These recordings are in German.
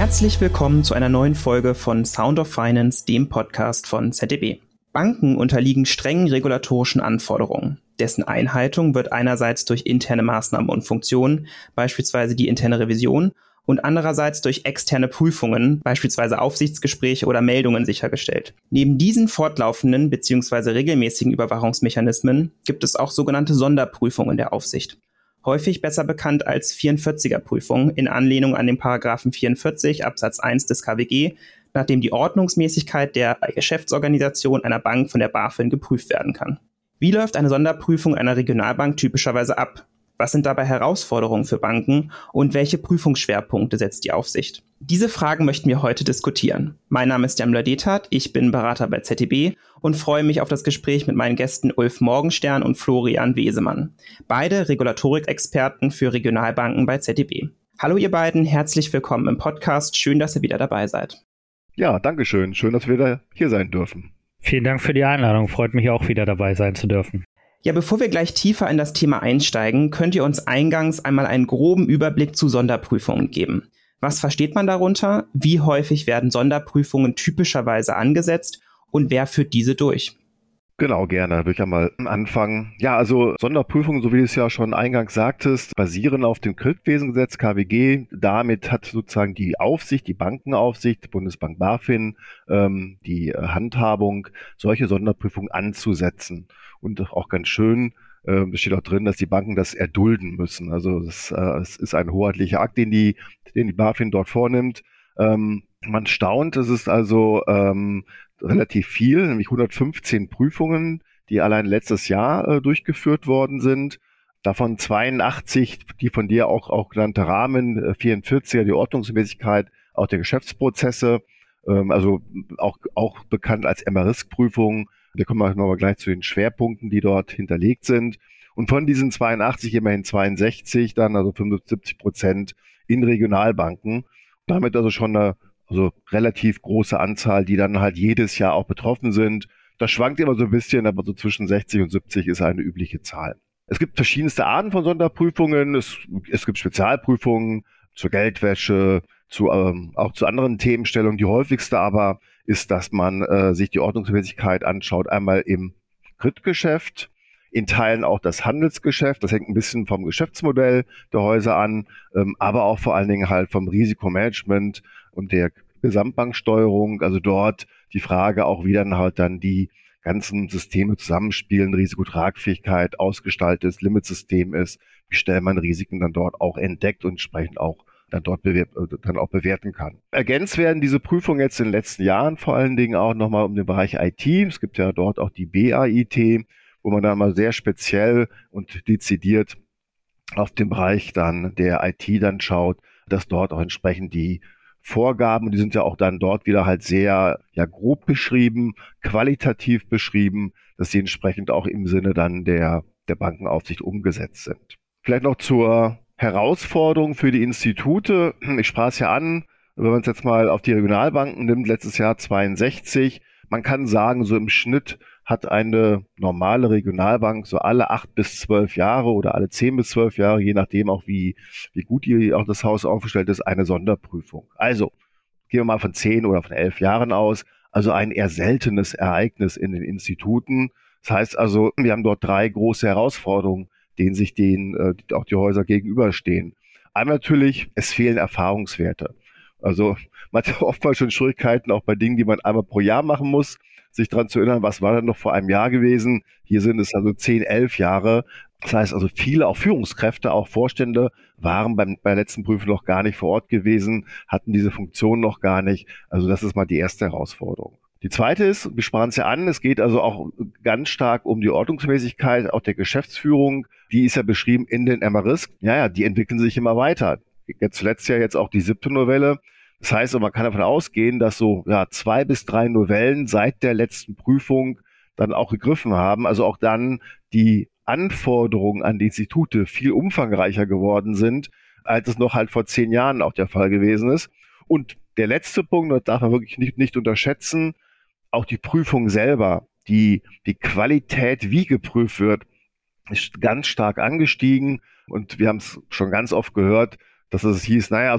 Herzlich willkommen zu einer neuen Folge von Sound of Finance, dem Podcast von ZDB. Banken unterliegen strengen regulatorischen Anforderungen. Dessen Einhaltung wird einerseits durch interne Maßnahmen und Funktionen, beispielsweise die interne Revision, und andererseits durch externe Prüfungen, beispielsweise Aufsichtsgespräche oder Meldungen, sichergestellt. Neben diesen fortlaufenden bzw. regelmäßigen Überwachungsmechanismen gibt es auch sogenannte Sonderprüfungen der Aufsicht. Häufig besser bekannt als 44er-Prüfung in Anlehnung an den Paragraphen 44 Absatz 1 des KWG, nachdem die Ordnungsmäßigkeit der Geschäftsorganisation einer Bank von der BaFin geprüft werden kann. Wie läuft eine Sonderprüfung einer Regionalbank typischerweise ab? Was sind dabei Herausforderungen für Banken und welche Prüfungsschwerpunkte setzt die Aufsicht? Diese Fragen möchten wir heute diskutieren. Mein Name ist Jan Müller-Dethat, ich bin Berater bei ZDB und freue mich auf das Gespräch mit meinen Gästen Ulf Morgenstern und Florian Wesemann, beide Regulatorik-Experten für Regionalbanken bei ZDB. Hallo ihr beiden, herzlich willkommen im Podcast, schön, dass ihr wieder dabei seid. Ja, danke schön, schön, dass wir da hier sein dürfen. Vielen Dank für die Einladung, freut mich auch wieder dabei sein zu dürfen. Ja, bevor wir gleich tiefer in das Thema einsteigen, könnt ihr uns eingangs einmal einen groben Überblick zu Sonderprüfungen geben. Was versteht man darunter? Wie häufig werden Sonderprüfungen typischerweise angesetzt und wer führt diese durch? Genau, gerne. Würde ich ja mal anfangen. Ja, also Sonderprüfungen, so wie du es ja schon eingangs sagtest, basieren auf dem Kreditwesengesetz KWG. Damit hat sozusagen die Aufsicht, die Bankenaufsicht, die Bundesbank BaFin, die Handhabung, solche Sonderprüfungen anzusetzen. Und auch ganz schön, es steht auch drin, dass die Banken das erdulden müssen. Also es ist ein hoheitlicher Akt, den die BaFin dort vornimmt. Man staunt, es ist also relativ viel, nämlich 115 Prüfungen, die allein letztes Jahr durchgeführt worden sind. Davon 82, die von dir auch genannte Rahmen, 44er, die Ordnungsmäßigkeit, auch der Geschäftsprozesse, also auch bekannt als MA-Risk-Prüfung. Wir kommen auch noch mal gleich zu den Schwerpunkten, die dort hinterlegt sind. Und von diesen 82 immerhin 62, dann also 75% in Regionalbanken. Damit also schon eine relativ große Anzahl, die dann halt jedes Jahr auch betroffen sind. Das schwankt immer so ein bisschen, aber so zwischen 60 und 70 ist eine übliche Zahl. Es gibt verschiedenste Arten von Sonderprüfungen. Es gibt Spezialprüfungen zur Geldwäsche, auch zu anderen Themenstellungen. Die häufigste aber ist, dass man sich die Ordnungsmäßigkeit anschaut, einmal im Kreditgeschäft, in Teilen auch das Handelsgeschäft. Das hängt ein bisschen vom Geschäftsmodell der Häuser an, aber auch vor allen Dingen halt vom Risikomanagement und der Gesamtbanksteuerung. Also dort die Frage auch, wie dann halt dann die ganzen Systeme zusammenspielen, Risikotragfähigkeit, ausgestaltetes Limitsystem ist, wie schnell man Risiken dann dort auch entdeckt und entsprechend auch dann dort dann auch bewerten kann. Ergänzt werden diese Prüfungen jetzt in den letzten Jahren vor allen Dingen auch nochmal um den Bereich IT. Es gibt ja dort auch die BAIT, wo man dann mal sehr speziell und dezidiert auf den Bereich dann der IT dann schaut, dass dort auch entsprechend die Vorgaben, und die sind ja auch dann dort wieder halt sehr grob beschrieben, qualitativ beschrieben, dass sie entsprechend auch im Sinne dann der Bankenaufsicht umgesetzt sind. Vielleicht noch zur Herausforderung für die Institute. Ich sprach es ja an, wenn man es jetzt mal auf die Regionalbanken nimmt, letztes Jahr 62. Man kann sagen, so im Schnitt hat eine normale Regionalbank so alle 8 bis 12 Jahre oder alle 10 bis 12 Jahre, je nachdem auch wie gut auch das Haus aufgestellt ist, eine Sonderprüfung. Also gehen wir mal von 10 oder von 11 Jahren aus, also ein eher seltenes Ereignis in den Instituten. Das heißt also, wir haben dort 3 große Herausforderungen, denen sich auch die Häuser gegenüberstehen. Einmal natürlich, es fehlen Erfahrungswerte. Also man hat oftmals schon Schwierigkeiten, auch bei Dingen, die man einmal pro Jahr machen muss, sich daran zu erinnern, was war denn noch vor einem Jahr gewesen. Hier sind es also 10, 11 Jahre. Das heißt also, viele auch Führungskräfte, auch Vorstände waren bei der letzten Prüfung noch gar nicht vor Ort gewesen, hatten diese Funktion noch gar nicht. Also das ist mal die erste Herausforderung. Die zweite ist, wir sprachen es ja an, es geht also auch ganz stark um die Ordnungsmäßigkeit, auch der Geschäftsführung. Die ist ja beschrieben in den MA-Risk. Ja, die entwickeln sich immer weiter. Zuletzt ja jetzt auch die 7. Novelle. Das heißt, man kann davon ausgehen, dass so 2 bis 3 Novellen seit der letzten Prüfung dann auch gegriffen haben. Also auch dann die Anforderungen an die Institute viel umfangreicher geworden sind, als es noch halt vor 10 Jahren auch der Fall gewesen ist. Und der letzte Punkt, das darf man wirklich nicht unterschätzen, auch die Prüfung selber, die Qualität, wie geprüft wird, ist ganz stark angestiegen. Und wir haben es schon ganz oft gehört, dass es hieß, also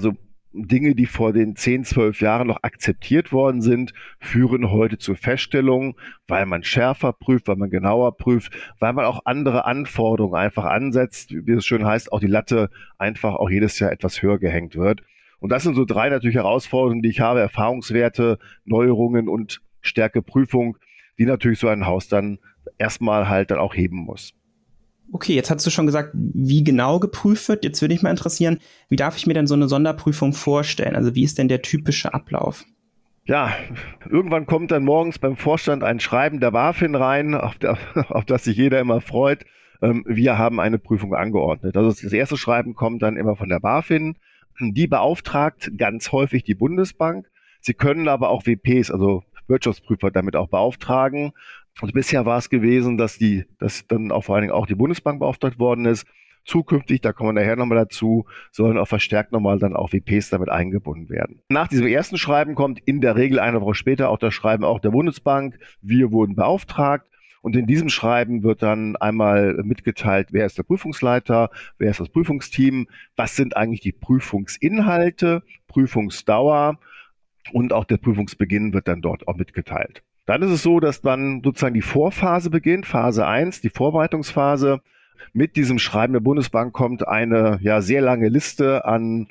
Dinge, die vor den 10, 12 Jahren noch akzeptiert worden sind, führen heute zu Feststellungen, weil man schärfer prüft, weil man genauer prüft, weil man auch andere Anforderungen einfach ansetzt, wie es schön heißt, auch die Latte einfach auch jedes Jahr etwas höher gehängt wird. Und das sind so 3 natürlich Herausforderungen, die ich habe: Erfahrungswerte, Neuerungen und Stärkeprüfung, die natürlich so ein Haus dann erstmal halt dann auch heben muss. Okay, jetzt hast du schon gesagt, wie genau geprüft wird. Jetzt würde mich mal interessieren, wie darf ich mir denn so eine Sonderprüfung vorstellen? Also wie ist denn der typische Ablauf? Ja, irgendwann kommt dann morgens beim Vorstand ein Schreiben der BaFin rein, auf das sich jeder immer freut. Wir haben eine Prüfung angeordnet. Also das erste Schreiben kommt dann immer von der BaFin. Die beauftragt ganz häufig die Bundesbank. Sie können aber auch WPs, also Wirtschaftsprüfer, damit auch beauftragen. Und bisher war es gewesen, dass dann auch vor allen Dingen auch die Bundesbank beauftragt worden ist. Zukünftig, da kommen wir nachher nochmal dazu, sollen auch verstärkt nochmal dann auch WPs damit eingebunden werden. Nach diesem ersten Schreiben kommt in der Regel eine Woche später auch das Schreiben auch der Bundesbank. Wir wurden beauftragt. Und in diesem Schreiben wird dann einmal mitgeteilt, wer ist der Prüfungsleiter, wer ist das Prüfungsteam, was sind eigentlich die Prüfungsinhalte, Prüfungsdauer und auch der Prüfungsbeginn wird dann dort auch mitgeteilt. Dann ist es so, dass dann sozusagen die Vorphase beginnt, Phase 1, die Vorbereitungsphase. Mit diesem Schreiben der Bundesbank kommt eine sehr lange Liste an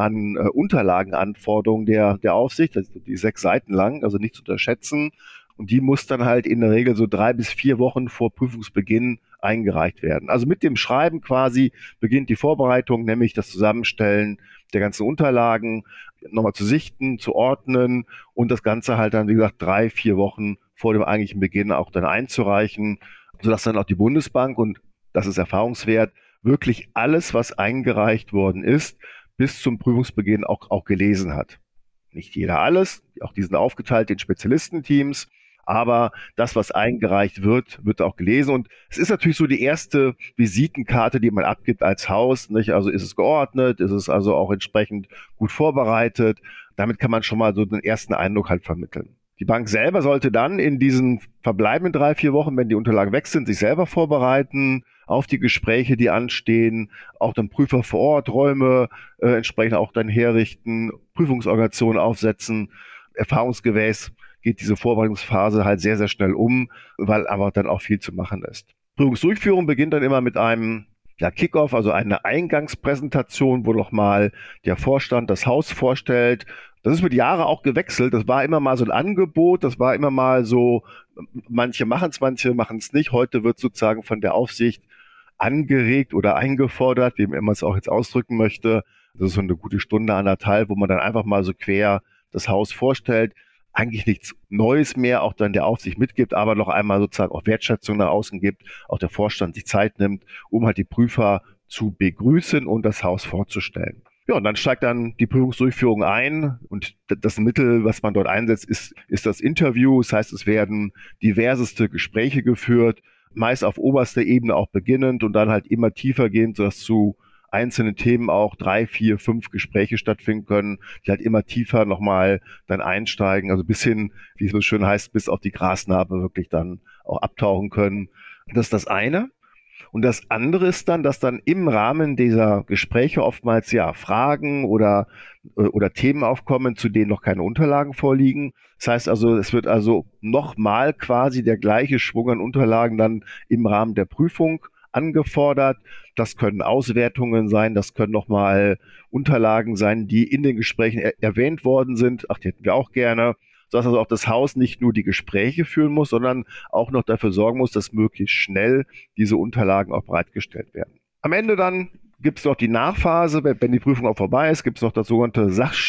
Unterlagenanforderungen der Aufsicht, also die 6 Seiten lang, also nicht zu unterschätzen. Und die muss dann halt in der Regel so 3 bis 4 Wochen vor Prüfungsbeginn eingereicht werden. Also mit dem Schreiben quasi beginnt die Vorbereitung, nämlich das Zusammenstellen der ganzen Unterlagen, nochmal zu sichten, zu ordnen und das Ganze halt dann, wie gesagt, 3, 4 Wochen vor dem eigentlichen Beginn auch dann einzureichen, sodass dann auch die Bundesbank, und das ist erfahrungswert, wirklich alles, was eingereicht worden ist, bis zum Prüfungsbeginn auch gelesen hat. Nicht jeder alles, auch die sind aufgeteilt in Spezialistenteams, aber das, was eingereicht wird, wird auch gelesen. Und es ist natürlich so die erste Visitenkarte, die man abgibt als Haus, nicht? Also ist es geordnet, ist es also auch entsprechend gut vorbereitet. Damit kann man schon mal so den ersten Eindruck halt vermitteln. Die Bank selber sollte dann in diesen verbleibenden 3, 4 Wochen, wenn die Unterlagen weg sind, sich selber vorbereiten auf die Gespräche, die anstehen, auch dann Prüfer vor Ort, Räume entsprechend auch dann herrichten, Prüfungsorganisationen aufsetzen. Erfahrungsgemäß geht diese Vorbereitungsphase halt sehr, sehr schnell um, weil aber dann auch viel zu machen ist. Prüfungsdurchführung beginnt dann immer mit einem Kick-off, also eine Eingangspräsentation, wo nochmal der Vorstand das Haus vorstellt. Das ist mit Jahren auch gewechselt. Das war immer mal so ein Angebot, das war immer mal so, manche machen es nicht. Heute wird sozusagen von der Aufsicht angeregt oder eingefordert, wie man es auch jetzt ausdrücken möchte. Das ist so eine gute Stunde, 1,5, wo man dann einfach mal so quer das Haus vorstellt. Eigentlich nichts Neues mehr, auch dann der Aufsicht mitgibt, aber noch einmal sozusagen auch Wertschätzung nach außen gibt, auch der Vorstand sich Zeit nimmt, um halt die Prüfer zu begrüßen und das Haus vorzustellen. Ja, und dann steigt dann die Prüfungsdurchführung ein und das Mittel, was man dort einsetzt, ist das Interview. Das heißt, es werden diverseste Gespräche geführt, meist auf oberster Ebene auch beginnend und dann halt immer tiefer gehend, sodass zu einzelnen Themen auch 3, 4, 5 Gespräche stattfinden können, die halt immer tiefer nochmal dann einsteigen, also bis hin, wie es so schön heißt, bis auf die Grasnarbe wirklich dann auch abtauchen können. Das ist das eine. Und das andere ist dann, dass dann im Rahmen dieser Gespräche oftmals Fragen oder Themen aufkommen, zu denen noch keine Unterlagen vorliegen. Das heißt also, es wird also nochmal quasi der gleiche Schwung an Unterlagen dann im Rahmen der Prüfung angefordert. Das können Auswertungen sein, das können nochmal Unterlagen sein, die in den Gesprächen erwähnt worden sind. Ach, die hätten wir auch gerne. Sodass also auch das Haus nicht nur die Gespräche führen muss, sondern auch noch dafür sorgen muss, dass möglichst schnell diese Unterlagen auch bereitgestellt werden. Am Ende dann gibt es noch die Nachphase, wenn die Prüfung auch vorbei ist, gibt es noch das sogenannte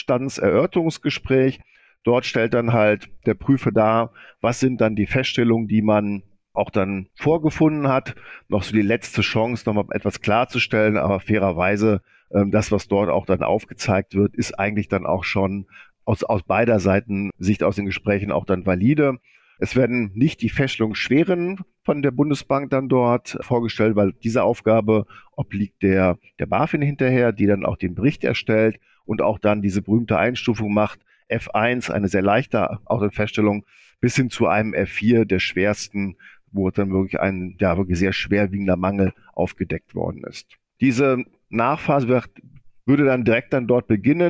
Sachstandserörterungsgespräch. Dort stellt dann halt der Prüfer dar, was sind dann die Feststellungen, die man auch dann vorgefunden hat. Noch so die letzte Chance, nochmal etwas klarzustellen, aber fairerweise, das, was dort auch dann aufgezeigt wird, ist eigentlich dann auch schon aus beider Seiten Sicht aus den Gesprächen auch dann valide. Es werden nicht die Feststellungsschweren von der Bundesbank dann dort vorgestellt, weil diese Aufgabe obliegt der BaFin hinterher, die dann auch den Bericht erstellt und auch dann diese berühmte Einstufung macht. F1, eine sehr leichte auch eine Feststellung, bis hin zu einem F4, der schwersten, wo dann wirklich ein wirklich sehr schwerwiegender Mangel aufgedeckt worden ist. Diese Nachphase würde dann direkt dann dort beginnen.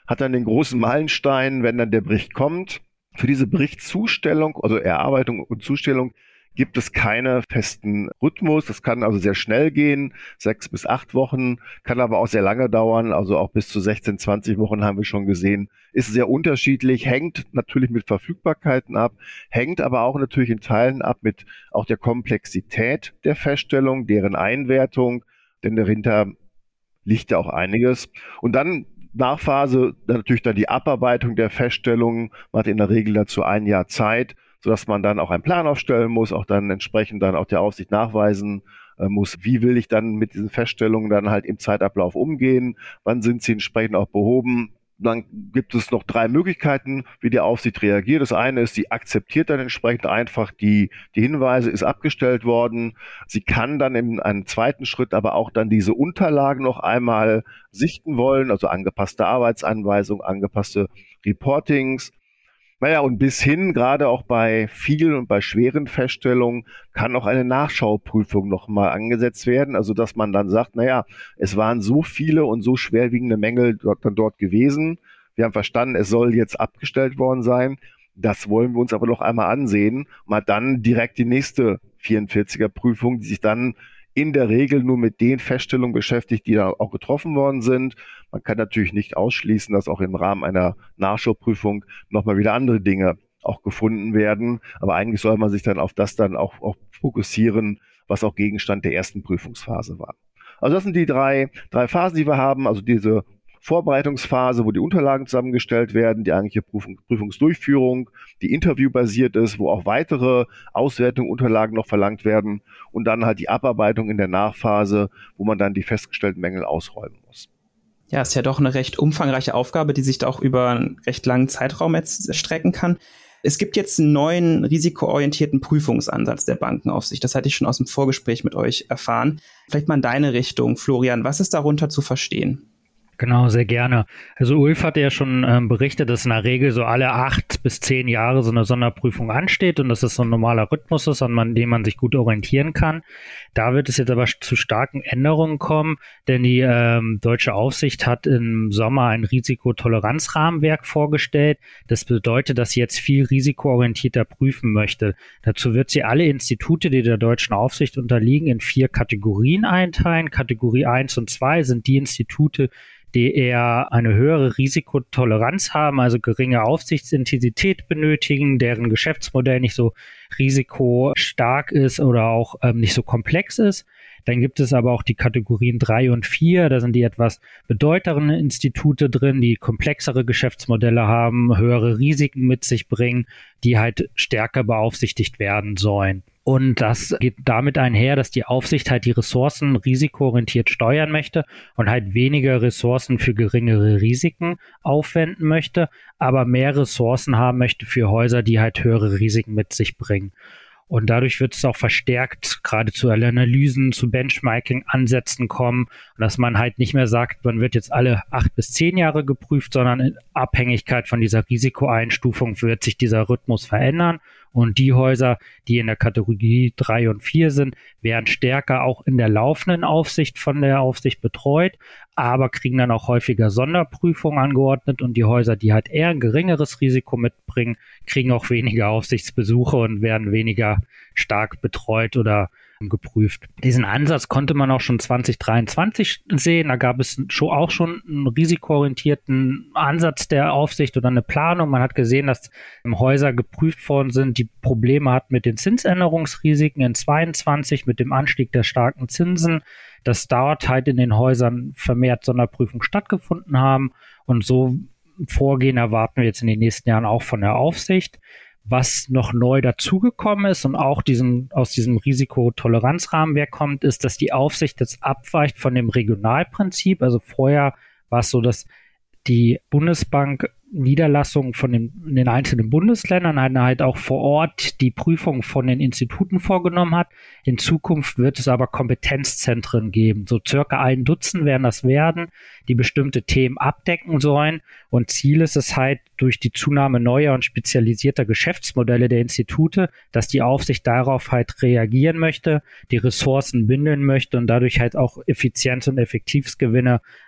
hat dann den großen Meilenstein, wenn dann der Bericht kommt. Für diese Berichtszustellung, also Erarbeitung und Zustellung, gibt es keinen festen Rhythmus. Das kann also sehr schnell gehen, 6 bis 8 Wochen, kann aber auch sehr lange dauern, also auch bis zu 16, 20 Wochen haben wir schon gesehen. Ist sehr unterschiedlich, hängt natürlich mit Verfügbarkeiten ab, hängt aber auch natürlich in Teilen ab mit auch der Komplexität der Feststellung, deren Einwertung, denn dahinter liegt ja auch einiges. Und dann Nachphase, natürlich dann die Abarbeitung der Feststellungen, man hat in der Regel dazu 1 Jahr Zeit, sodass man dann auch einen Plan aufstellen muss, auch dann entsprechend dann auch der Aufsicht nachweisen muss, wie will ich dann mit diesen Feststellungen dann halt im Zeitablauf umgehen, wann sind sie entsprechend auch behoben. Dann gibt es noch 3 Möglichkeiten, wie die Aufsicht reagiert. Das eine ist, sie akzeptiert dann entsprechend einfach die Hinweise, ist abgestellt worden. Sie kann dann in einem zweiten Schritt aber auch dann diese Unterlagen noch einmal sichten wollen, also angepasste Arbeitsanweisungen, angepasste Reportings. Naja, und bis hin, gerade auch bei vielen und bei schweren Feststellungen, kann auch eine Nachschauprüfung nochmal angesetzt werden. Also, dass man dann sagt, naja, es waren so viele und so schwerwiegende Mängel dort gewesen. Wir haben verstanden, es soll jetzt abgestellt worden sein. Das wollen wir uns aber noch einmal ansehen. Mal dann direkt die nächste 44er-Prüfung, die sich dann in der Regel nur mit den Feststellungen beschäftigt, die da auch getroffen worden sind. Man kann natürlich nicht ausschließen, dass auch im Rahmen einer Nachschauprüfung nochmal wieder andere Dinge auch gefunden werden. Aber eigentlich soll man sich dann auf das dann auch fokussieren, was auch Gegenstand der ersten Prüfungsphase war. Also das sind die drei Phasen, die wir haben. Also diese Vorbereitungsphase, wo die Unterlagen zusammengestellt werden, die eigentliche Prüfungsdurchführung, die interviewbasiert ist, wo auch weitere Auswertungen, Unterlagen noch verlangt werden und dann halt die Abarbeitung in der Nachphase, wo man dann die festgestellten Mängel ausräumen muss. Ja, ist ja doch eine recht umfangreiche Aufgabe, die sich da auch über einen recht langen Zeitraum jetzt strecken kann. Es gibt jetzt einen neuen risikoorientierten Prüfungsansatz der Bankenaufsicht. Das hatte ich schon aus dem Vorgespräch mit euch erfahren. Vielleicht mal in deine Richtung, Florian. Was ist darunter zu verstehen? Genau, sehr gerne. Also Ulf hat ja schon berichtet, dass in der Regel so alle 8 bis 10 Jahre so eine Sonderprüfung ansteht und dass es so ein normaler Rhythmus ist, an dem man sich gut orientieren kann. Da wird es jetzt aber zu starken Änderungen kommen, denn die deutsche Aufsicht hat im Sommer ein Risikotoleranzrahmenwerk vorgestellt. Das bedeutet, dass sie jetzt viel risikoorientierter prüfen möchte. Dazu wird sie alle Institute, die der deutschen Aufsicht unterliegen, in 4 Kategorien einteilen. Kategorie 1 und 2 sind die Institute, die eher eine höhere Risikotoleranz haben, also geringe Aufsichtsintensität benötigen, deren Geschäftsmodell nicht so risikostark ist oder auch nicht so komplex ist. Dann gibt es aber auch die Kategorien 3 und 4, da sind die etwas bedeutenderen Institute drin, die komplexere Geschäftsmodelle haben, höhere Risiken mit sich bringen, die halt stärker beaufsichtigt werden sollen. Und das geht damit einher, dass die Aufsicht halt die Ressourcen risikoorientiert steuern möchte und halt weniger Ressourcen für geringere Risiken aufwenden möchte, aber mehr Ressourcen haben möchte für Häuser, die halt höhere Risiken mit sich bringen. Und dadurch wird es auch verstärkt gerade zu Analysen, zu Benchmarking-Ansätzen kommen, und dass man halt nicht mehr sagt, man wird jetzt alle 8 bis 10 Jahre geprüft, sondern in Abhängigkeit von dieser Risikoeinstufung wird sich dieser Rhythmus verändern. Und die Häuser, die in der Kategorie 3 und 4 sind, werden stärker auch in der laufenden Aufsicht von der Aufsicht betreut, aber kriegen dann auch häufiger Sonderprüfungen angeordnet, und die Häuser, die halt eher ein geringeres Risiko mitbringen, kriegen auch weniger Aufsichtsbesuche und werden weniger stark betreut oder geprüft. Diesen Ansatz konnte man auch schon 2023 sehen. Da gab es auch schon einen risikoorientierten Ansatz der Aufsicht oder eine Planung. Man hat gesehen, dass Häuser geprüft worden sind, die Probleme hatten mit den Zinsänderungsrisiken in 2022, mit dem Anstieg der starken Zinsen, dass dort halt in den Häusern vermehrt Sonderprüfungen stattgefunden haben. Und so Vorgehen erwarten wir jetzt in den nächsten Jahren auch von der Aufsicht. Was noch neu dazugekommen ist und auch aus diesem Risikotoleranzrahmenwerk kommt, ist, dass die Aufsicht jetzt abweicht von dem Regionalprinzip. Also vorher war es so, dass die Bundesbank Niederlassungen in den einzelnen Bundesländern halt auch vor Ort die Prüfung von den Instituten vorgenommen hat. In Zukunft wird es aber Kompetenzzentren geben. So circa 1 Dutzend werden das werden, die bestimmte Themen abdecken sollen. Und Ziel ist es halt durch die Zunahme neuer und spezialisierter Geschäftsmodelle der Institute, dass die Aufsicht darauf halt reagieren möchte, die Ressourcen bündeln möchte und dadurch halt auch Effizienz- und Effektivgewinne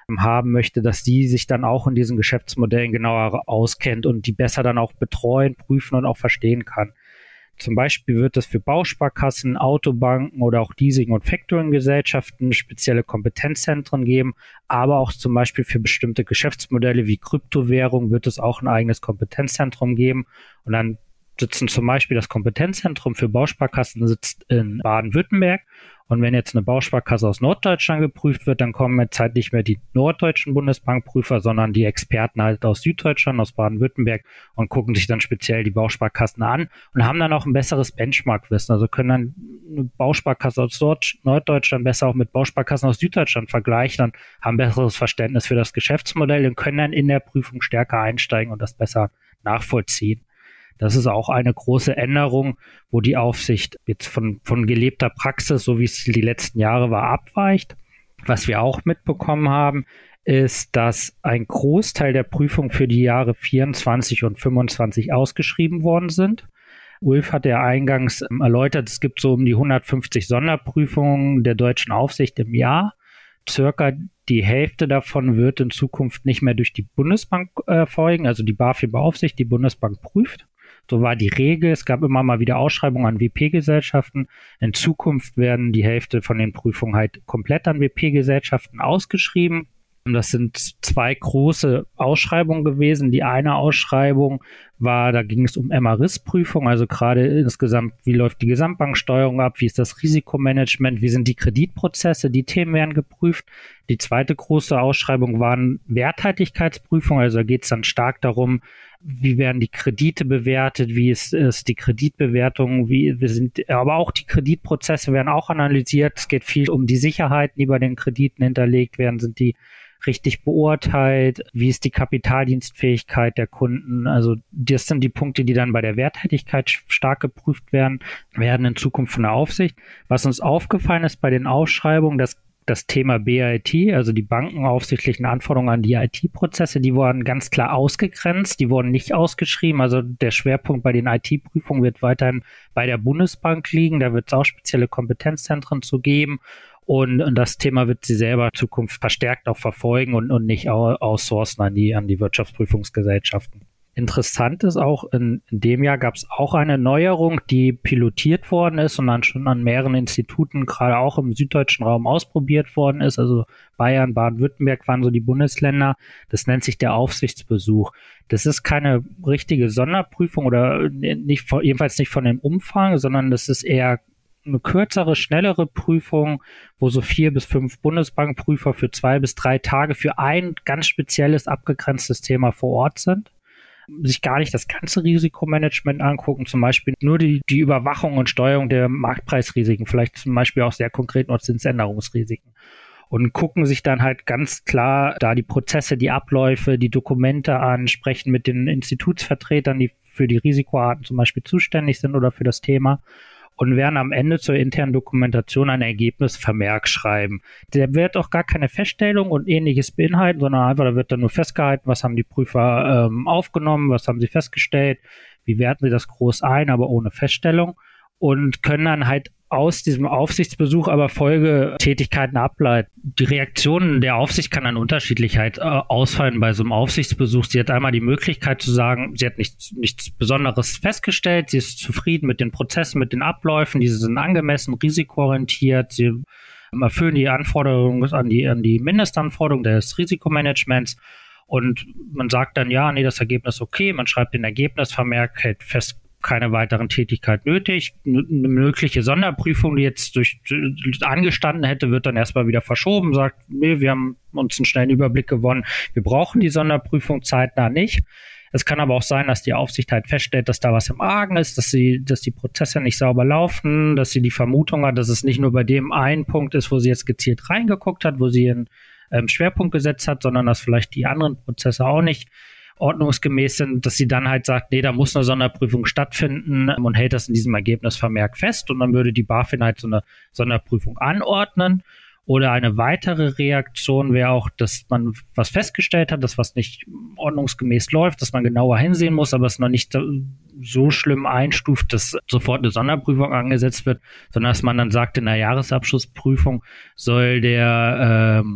haben möchte, dass die sich dann auch in diesen Geschäftsmodellen genauer auskennt und die besser dann auch betreuen, prüfen und auch verstehen kann. Zum Beispiel wird es für Bausparkassen, Autobanken oder auch Leasing- und Factoring-Gesellschaften spezielle Kompetenzzentren geben, aber auch zum Beispiel für bestimmte Geschäftsmodelle wie Kryptowährung wird es auch ein eigenes Kompetenzzentrum geben. Und dann sitzen zum Beispiel das Kompetenzzentrum für Bausparkassen sitzt in Baden-Württemberg. Und wenn jetzt eine Bausparkasse aus Norddeutschland geprüft wird, dann kommen jetzt halt nicht mehr die norddeutschen Bundesbankprüfer, sondern die Experten halt aus Süddeutschland, aus Baden-Württemberg und gucken sich dann speziell die Bausparkassen an und haben dann auch ein besseres Benchmark-Wissen. Also können dann eine Bausparkasse aus Norddeutschland besser auch mit Bausparkassen aus Süddeutschland vergleichen, dann haben ein besseres Verständnis für das Geschäftsmodell und können dann in der Prüfung stärker einsteigen und das besser nachvollziehen. Das ist auch eine große Änderung, wo die Aufsicht jetzt von gelebter Praxis, so wie es die letzten Jahre war, abweicht. Was wir auch mitbekommen haben, ist, dass ein Großteil der Prüfungen für die Jahre 24 und 25 ausgeschrieben worden sind. Ulf hat ja eingangs erläutert, es gibt so um die 150 Sonderprüfungen der deutschen Aufsicht im Jahr. Circa die Hälfte davon wird in Zukunft nicht mehr durch die Bundesbank erfolgen, also die BaFin beaufsichtigt, die Bundesbank prüft. So war die Regel. Es gab immer mal wieder Ausschreibungen an WP-Gesellschaften. In Zukunft werden die Hälfte von den Prüfungen halt komplett an WP-Gesellschaften ausgeschrieben. Und das sind 2 große Ausschreibungen gewesen. Die eine Ausschreibung war, da ging es um MA-Risk-Prüfung, also gerade insgesamt, wie läuft die Gesamtbanksteuerung ab, wie ist das Risikomanagement, wie sind die Kreditprozesse, die Themen werden geprüft. Die zweite große Ausschreibung waren Werthaltigkeitsprüfungen, also da geht es dann stark darum, wie werden die Kredite bewertet, wie ist die Kreditbewertung, aber auch die Kreditprozesse werden auch analysiert. Es geht viel um die Sicherheiten, die bei den Krediten hinterlegt werden, sind die richtig beurteilt, wie ist die Kapitaldienstfähigkeit der Kunden. Also das sind die Punkte, die dann bei der Werthaltigkeit stark geprüft werden in Zukunft von der Aufsicht. Was uns aufgefallen ist bei den Ausschreibungen, dass das Thema BIT, also die bankenaufsichtlichen Anforderungen an die IT-Prozesse, die wurden ganz klar ausgegrenzt, die wurden nicht ausgeschrieben. Also der Schwerpunkt bei den IT-Prüfungen wird weiterhin bei der Bundesbank liegen. Da wird es auch spezielle Kompetenzzentren zu geben. Und das Thema wird sie selber in Zukunft verstärkt auch verfolgen und nicht outsourcen an die Wirtschaftsprüfungsgesellschaften. Interessant ist auch, in dem Jahr gab es auch eine Neuerung, die pilotiert worden ist und dann schon an mehreren Instituten, gerade auch im süddeutschen Raum, ausprobiert worden ist. Also Bayern, Baden-Württemberg waren so die Bundesländer. Das nennt sich der Aufsichtsbesuch. Das ist keine richtige Sonderprüfung oder jedenfalls nicht von dem Umfang, sondern das ist eher eine kürzere, schnellere Prüfung, wo so 4 bis 5 Bundesbankprüfer für 2 bis 3 Tage für ein ganz spezielles, abgegrenztes Thema vor Ort sind. Sich gar nicht das ganze Risikomanagement angucken, zum Beispiel nur die Überwachung und Steuerung der Marktpreisrisiken, vielleicht zum Beispiel auch sehr konkret noch Zinsänderungsrisiken. Und gucken sich dann halt ganz klar da die Prozesse, die Abläufe, die Dokumente an, sprechen mit den Institutsvertretern, die für die Risikoarten zum Beispiel zuständig sind oder für das Thema. Und werden am Ende zur internen Dokumentation ein Ergebnisvermerk schreiben. Der wird auch gar keine Feststellung und Ähnliches beinhalten, sondern einfach, da wird dann nur festgehalten, was haben die Prüfer aufgenommen, was haben sie festgestellt, wie werten sie das groß ein, aber ohne Feststellung und können dann halt aus diesem Aufsichtsbesuch aber Folgetätigkeiten ableiten. Die Reaktion der Aufsicht kann dann unterschiedlich halt ausfallen bei so einem Aufsichtsbesuch. Sie hat einmal die Möglichkeit zu sagen, sie hat nichts Besonderes festgestellt, sie ist zufrieden mit den Prozessen, mit den Abläufen, diese sind angemessen, risikoorientiert, sie erfüllen die Anforderungen an die Mindestanforderungen des Risikomanagements und man sagt dann, ja, nee, das Ergebnis ist okay, man schreibt den Ergebnisvermerk, hält fest, keine weiteren Tätigkeit nötig. Eine mögliche Sonderprüfung, die jetzt angestanden hätte, wird dann erstmal wieder verschoben, sagt, nee, wir haben uns einen schnellen Überblick gewonnen, wir brauchen die Sonderprüfung zeitnah nicht. Es kann aber auch sein, dass die Aufsicht halt feststellt, dass da was im Argen ist, dass die Prozesse nicht sauber laufen, dass sie die Vermutung hat, dass es nicht nur bei dem einen Punkt ist, wo sie jetzt gezielt reingeguckt hat, wo sie einen Schwerpunkt gesetzt hat, sondern dass vielleicht die anderen Prozesse auch nicht ordnungsgemäß sind, dass sie dann halt sagt, nee, da muss eine Sonderprüfung stattfinden und hält das in diesem Ergebnisvermerk fest und dann würde die BaFin halt so eine Sonderprüfung anordnen. Oder eine weitere Reaktion wäre auch, dass man was festgestellt hat, dass was nicht ordnungsgemäß läuft, dass man genauer hinsehen muss, aber es noch nicht so schlimm einstuft, dass sofort eine Sonderprüfung angesetzt wird, sondern dass man dann sagt, in der Jahresabschlussprüfung soll der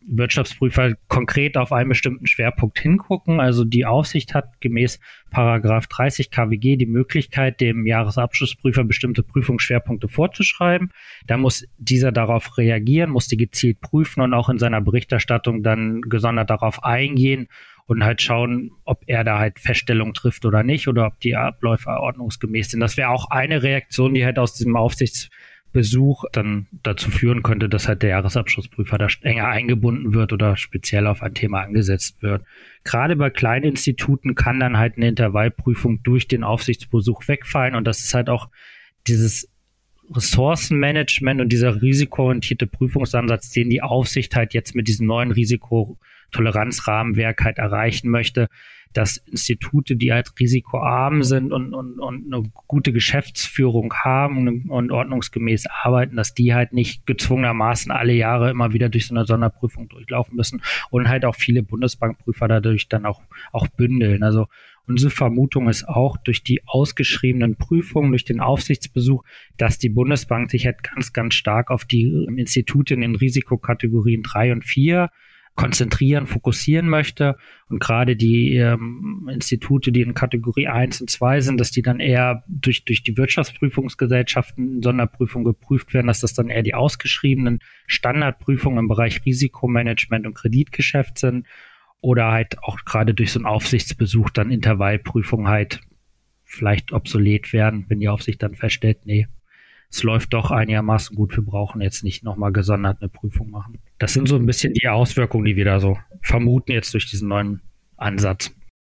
Wirtschaftsprüfer konkret auf einen bestimmten Schwerpunkt hingucken. Also die Aufsicht hat gemäß Paragraph 30 KWG die Möglichkeit, dem Jahresabschlussprüfer bestimmte Prüfungsschwerpunkte vorzuschreiben. Da muss dieser darauf reagieren, muss die gezielt prüfen und auch in seiner Berichterstattung dann gesondert darauf eingehen und halt schauen, ob er da halt Feststellungen trifft oder nicht oder ob die Abläufe ordnungsgemäß sind. Das wäre auch eine Reaktion, die halt aus diesem Aufsichtsbesuch dann dazu führen könnte, dass halt der Jahresabschlussprüfer da enger eingebunden wird oder speziell auf ein Thema angesetzt wird. Gerade bei kleinen Instituten kann dann halt eine Intervallprüfung durch den Aufsichtsbesuch wegfallen und das ist halt auch dieses Ressourcenmanagement und dieser risikoorientierte Prüfungsansatz, den die Aufsicht halt jetzt mit diesem neuen Risikotoleranzrahmenwerk halt erreichen möchte, dass Institute, die halt risikoarm sind und eine gute Geschäftsführung haben und ordnungsgemäß arbeiten, dass die halt nicht gezwungenermaßen alle Jahre immer wieder durch so eine Sonderprüfung durchlaufen müssen und halt auch viele Bundesbankprüfer dadurch dann auch bündeln. Also unsere Vermutung ist auch durch die ausgeschriebenen Prüfungen, durch den Aufsichtsbesuch, dass die Bundesbank sich halt ganz, ganz stark auf die Institute in den Risikokategorien 3 und 4 konzentrieren, fokussieren möchte und gerade die Institute, die in Kategorie 1 und 2 sind, dass die dann eher durch die Wirtschaftsprüfungsgesellschaften in Sonderprüfung geprüft werden, dass das dann eher die ausgeschriebenen Standardprüfungen im Bereich Risikomanagement und Kreditgeschäft sind oder halt auch gerade durch so einen Aufsichtsbesuch dann Intervallprüfungen halt vielleicht obsolet werden, wenn die Aufsicht dann feststellt, nee, es läuft doch einigermaßen gut, wir brauchen jetzt nicht nochmal gesondert eine Prüfung machen. Das sind so ein bisschen die Auswirkungen, die wir da so vermuten jetzt durch diesen neuen Ansatz.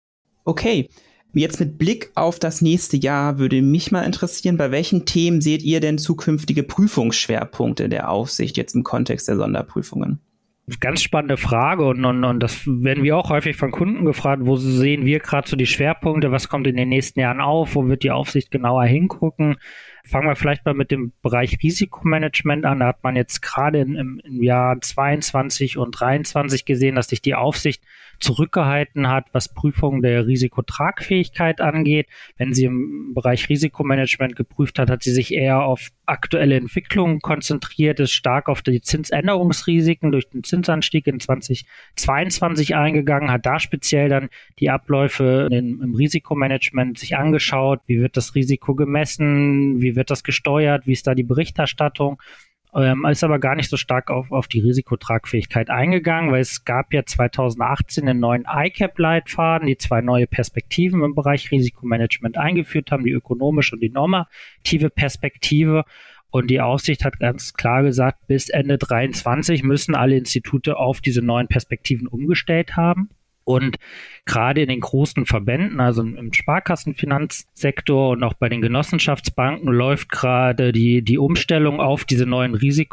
Okay, jetzt mit Blick auf das nächste Jahr würde mich mal interessieren, bei welchen Themen seht ihr denn zukünftige Prüfungsschwerpunkte der Aufsicht jetzt im Kontext der Sonderprüfungen? Ganz spannende Frage und das werden wir auch häufig von Kunden gefragt, wo sehen wir gerade so die Schwerpunkte, was kommt in den nächsten Jahren auf, wo wird die Aufsicht genauer hingucken. Fangen wir vielleicht mal mit dem Bereich Risikomanagement an. Da hat man jetzt gerade im Jahr 22 und 23 gesehen, dass sich die Aufsicht zurückgehalten hat, was Prüfungen der Risikotragfähigkeit angeht. Wenn sie im Bereich Risikomanagement geprüft hat, hat sie sich eher auf aktuelle Entwicklungen konzentriert, ist stark auf die Zinsänderungsrisiken durch den Zinsanstieg in 2022 eingegangen, hat da speziell dann die Abläufe im Risikomanagement sich angeschaut, wie wird das Risiko gemessen, wie wird das gesteuert, wie ist da die Berichterstattung, ist aber gar nicht so stark auf die Risikotragfähigkeit eingegangen, weil es gab ja 2018 einen neuen ICAP-Leitfaden, die 2 neue Perspektiven im Bereich Risikomanagement eingeführt haben, die ökonomische und die normative Perspektive. Und die Aufsicht hat ganz klar gesagt, bis Ende 2023 müssen alle Institute auf diese neuen Perspektiven umgestellt haben. Und gerade in den großen Verbänden, also im Sparkassenfinanzsektor und auch bei den Genossenschaftsbanken läuft gerade die Umstellung auf diese neuen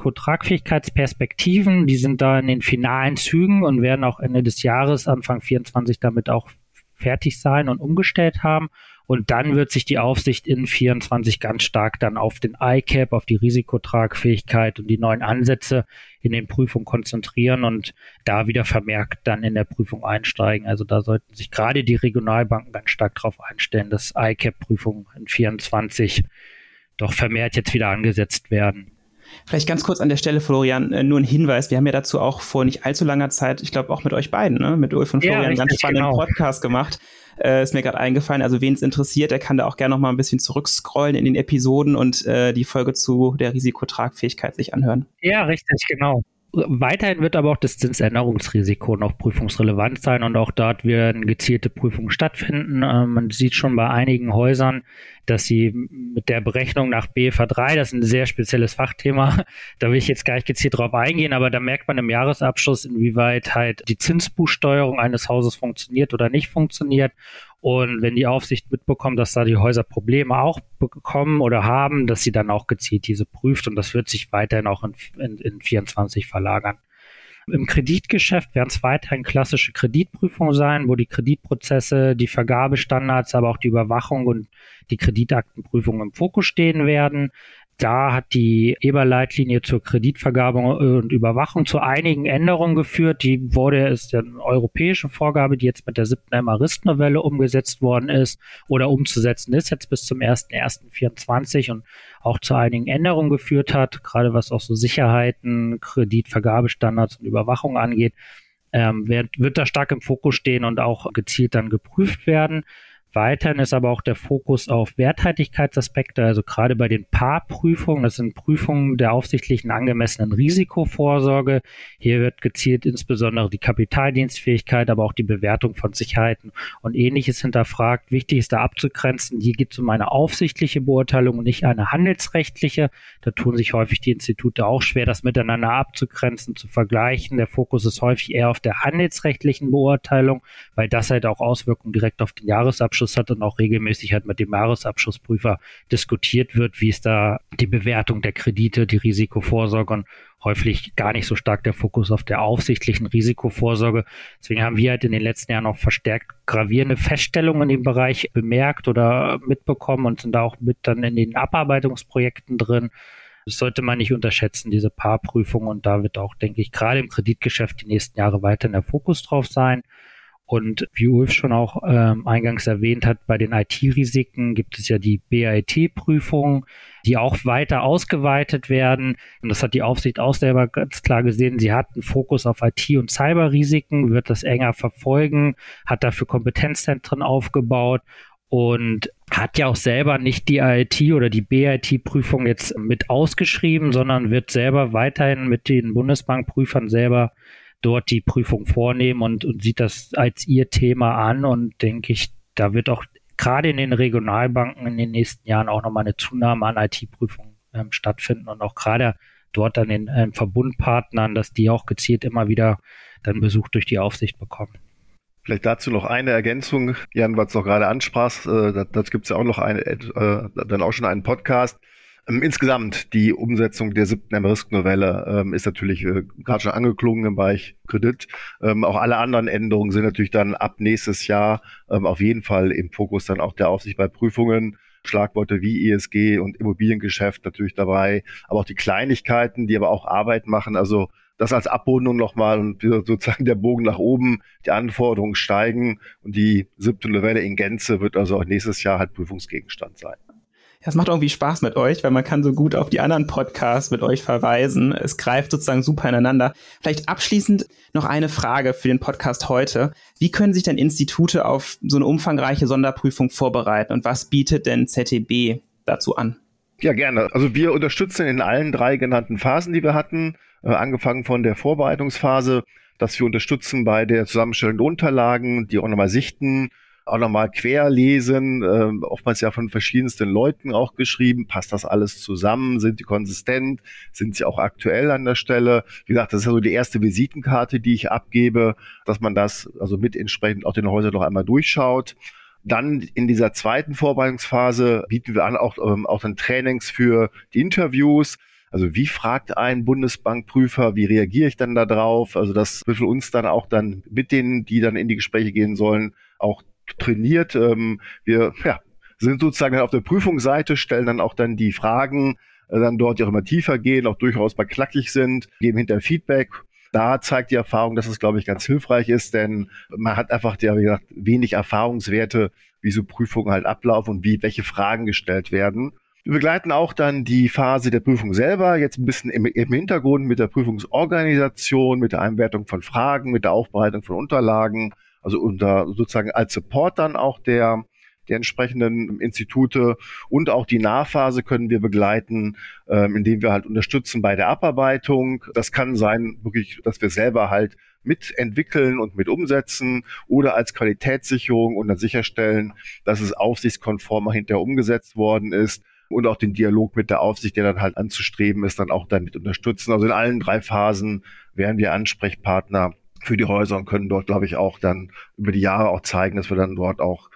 Risikotragfähigkeitsperspektiven. Die sind da in den finalen Zügen und werden auch Ende des Jahres, Anfang 2024 damit auch fertig sein und umgestellt haben. Und dann wird sich die Aufsicht in 2024 ganz stark dann auf den ICAP, auf die Risikotragfähigkeit und die neuen Ansätze in den Prüfungen konzentrieren und da wieder vermerkt dann in der Prüfung einsteigen. Also da sollten sich gerade die Regionalbanken ganz stark darauf einstellen, dass ICAP-Prüfungen in 2024 doch vermehrt jetzt wieder angesetzt werden. Vielleicht ganz kurz an der Stelle, Florian, nur ein Hinweis. Wir haben ja dazu auch vor nicht allzu langer Zeit, ich glaube auch mit euch beiden, ne? Mit Ulf und Florian, einen ganz spannenden Podcast gemacht. Ist mir gerade eingefallen. Also wen es interessiert, der kann da auch gerne noch mal ein bisschen zurückscrollen in den Episoden und die Folge zu der Risikotragfähigkeit sich anhören. Ja, richtig, genau. Weiterhin wird aber auch das Zinsänderungsrisiko noch prüfungsrelevant sein und auch dort werden gezielte Prüfungen stattfinden. Man sieht schon bei einigen Häusern, dass sie mit der Berechnung nach BFA 3, das ist ein sehr spezielles Fachthema, da will ich jetzt gar nicht gezielt drauf eingehen, aber da merkt man im Jahresabschluss, inwieweit halt die Zinsbuchsteuerung eines Hauses funktioniert oder nicht funktioniert. Und wenn die Aufsicht mitbekommt, dass da die Häuser Probleme auch bekommen oder haben, dass sie dann auch gezielt diese prüft und das wird sich weiterhin auch in 2024 verlagern. Im Kreditgeschäft werden es weiterhin klassische Kreditprüfungen sein, wo die Kreditprozesse, die Vergabestandards, aber auch die Überwachung und die Kreditaktenprüfung im Fokus stehen werden. Da hat die EBA-Leitlinie zur Kreditvergabe und Überwachung zu einigen Änderungen geführt. Ist ja eine europäische Vorgabe, die jetzt mit der 7. MA-Risk-Novelle umgesetzt worden ist oder umzusetzen ist, jetzt bis zum 01.01.24 und auch zu einigen Änderungen geführt hat, gerade was auch so Sicherheiten, Kreditvergabestandards und Überwachung angeht, wird da stark im Fokus stehen und auch gezielt dann geprüft werden. Weiterhin ist aber auch der Fokus auf Werthaltigkeitsaspekte, also gerade bei den PAR-Prüfungen, das sind Prüfungen der aufsichtlichen angemessenen Risikovorsorge. Hier wird gezielt insbesondere die Kapitaldienstfähigkeit, aber auch die Bewertung von Sicherheiten und Ähnliches hinterfragt. Wichtig ist da abzugrenzen, hier geht es um eine aufsichtliche Beurteilung und nicht eine handelsrechtliche. Da tun sich häufig die Institute auch schwer, das miteinander abzugrenzen, zu vergleichen. Der Fokus ist häufig eher auf der handelsrechtlichen Beurteilung, weil das halt auch Auswirkungen direkt auf den Jahresabschluss hat und auch regelmäßig halt mit dem Jahresabschlussprüfer diskutiert wird, wie ist da die Bewertung der Kredite, die Risikovorsorge und häufig gar nicht so stark der Fokus auf der aufsichtlichen Risikovorsorge. Deswegen haben wir halt in den letzten Jahren auch verstärkt gravierende Feststellungen in dem Bereich bemerkt oder mitbekommen und sind da auch mit dann in den Abarbeitungsprojekten drin. Das sollte man nicht unterschätzen, diese PAR-Prüfung, und da wird auch, denke ich, gerade im Kreditgeschäft die nächsten Jahre weiterhin der Fokus drauf sein. Und wie Ulf schon auch eingangs erwähnt hat, bei den IT-Risiken gibt es ja die BIT-Prüfungen, die auch weiter ausgeweitet werden. Und das hat die Aufsicht auch selber ganz klar gesehen. Sie hat einen Fokus auf IT- und Cyber-Risiken, wird das enger verfolgen, hat dafür Kompetenzzentren aufgebaut und hat ja auch selber nicht die AIT oder die BIT-Prüfung jetzt mit ausgeschrieben, sondern wird selber weiterhin mit den Bundesbankprüfern selber dort die Prüfung vornehmen und sieht das als ihr Thema an, und denke ich, da wird auch gerade in den Regionalbanken in den nächsten Jahren auch nochmal eine Zunahme an IT-Prüfungen stattfinden und auch gerade dort an den Verbundpartnern, dass die auch gezielt immer wieder dann Besuch durch die Aufsicht bekommen. Vielleicht dazu noch eine Ergänzung, Jan, was du noch gerade ansprachst, dazu gibt es ja auch noch dann auch schon einen Podcast. Insgesamt die Umsetzung der 7. MA-Risk-Novelle ist natürlich gerade schon angeklungen im Bereich Kredit. Auch alle anderen Änderungen sind natürlich dann ab nächstes Jahr auf jeden Fall im Fokus dann auch der Aufsicht bei Prüfungen. Schlagworte wie ESG und Immobiliengeschäft natürlich dabei, aber auch die Kleinigkeiten, die aber auch Arbeit machen. Also das als Abrundung nochmal und sozusagen der Bogen nach oben, die Anforderungen steigen und die 7. Novelle in Gänze wird also auch nächstes Jahr halt Prüfungsgegenstand sein. Ja, es macht irgendwie Spaß mit euch, weil man kann so gut auf die anderen Podcasts mit euch verweisen. Es greift sozusagen super ineinander. Vielleicht abschließend noch eine Frage für den Podcast heute. Wie können sich denn Institute auf so eine umfangreiche Sonderprüfung vorbereiten und was bietet denn ZTB dazu an? Ja, gerne. Also wir unterstützen in allen 3 genannten Phasen, die wir hatten, angefangen von der Vorbereitungsphase, dass wir unterstützen bei der Zusammenstellung der Unterlagen, die auch nochmal sichten, auch nochmal querlesen, oftmals ja von verschiedensten Leuten auch geschrieben. Passt das alles zusammen? Sind die konsistent? Sind sie auch aktuell an der Stelle? Wie gesagt, das ist ja so die erste Visitenkarte, die ich abgebe, dass man das also mit entsprechend auch den Häusern noch einmal durchschaut. Dann in dieser zweiten Vorbereitungsphase bieten wir an auch dann Trainings für die Interviews. Also wie fragt ein Bundesbankprüfer, wie reagiere ich dann da drauf? Also das wird für uns dann auch dann mit denen, die dann in die Gespräche gehen sollen, auch trainiert. Wir sind sozusagen auf der Prüfungsseite, stellen dann auch dann die Fragen, dann dort, die auch immer tiefer gehen, auch durchaus mal knackig sind, geben hinterher Feedback. Da zeigt die Erfahrung, dass es, glaube ich, ganz hilfreich ist, denn man hat einfach, wie gesagt, wenig Erfahrungswerte, wie so Prüfungen halt ablaufen und welche Fragen gestellt werden. Wir begleiten auch dann die Phase der Prüfung selber, jetzt ein bisschen im Hintergrund mit der Prüfungsorganisation, mit der Einwertung von Fragen, mit der Aufbereitung von Unterlagen, also unter sozusagen als Support dann auch der entsprechenden Institute, und auch die Nachphase können wir begleiten, indem wir halt unterstützen bei der Abarbeitung. Das kann sein, wirklich, dass wir selber halt mitentwickeln und mit umsetzen oder als Qualitätssicherung und dann sicherstellen, dass es aufsichtskonformer hinterher umgesetzt worden ist, und auch den Dialog mit der Aufsicht, der dann halt anzustreben ist, dann auch damit unterstützen. Also in allen 3 Phasen wären wir Ansprechpartner für die Häuser und können dort, glaube ich, auch dann über die Jahre auch zeigen, dass wir dann dort auch,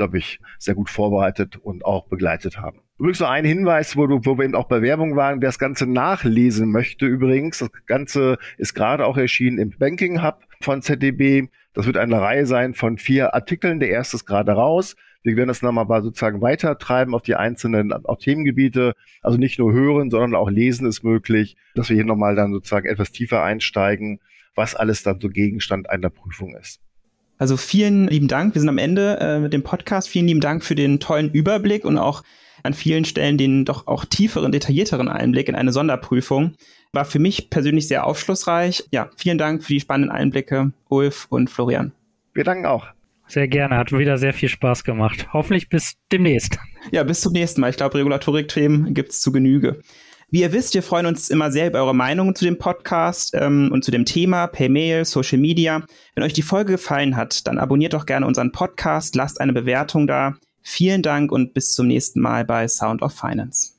sehr gut vorbereitet und auch begleitet haben. Übrigens noch ein Hinweis, wo wir eben auch bei Werbung waren, wer das Ganze nachlesen möchte übrigens, das Ganze ist gerade auch erschienen im Banking Hub von ZDB. Das wird eine Reihe sein von 4 Artikeln, der erste ist gerade raus. Wir werden das nochmal sozusagen weitertreiben auf die einzelnen auch Themengebiete. Also nicht nur hören, sondern auch lesen ist möglich, dass wir hier nochmal dann sozusagen etwas tiefer einsteigen, was alles dann so Gegenstand einer Prüfung ist. Also vielen lieben Dank. Wir sind am Ende mit dem Podcast. Vielen lieben Dank für den tollen Überblick und auch an vielen Stellen den doch auch tieferen, detaillierteren Einblick in eine Sonderprüfung. War für mich persönlich sehr aufschlussreich. Ja, vielen Dank für die spannenden Einblicke, Ulf und Florian. Wir danken auch. Sehr gerne, hat wieder sehr viel Spaß gemacht. Hoffentlich bis demnächst. Ja, bis zum nächsten Mal. Ich glaube, Regulatorik-Themen gibt es zu Genüge. Wie ihr wisst, wir freuen uns immer sehr über eure Meinungen zu dem Podcast und zu dem Thema per Mail, Social Media. Wenn euch die Folge gefallen hat, dann abonniert doch gerne unseren Podcast, lasst eine Bewertung da. Vielen Dank und bis zum nächsten Mal bei Sound of Finance.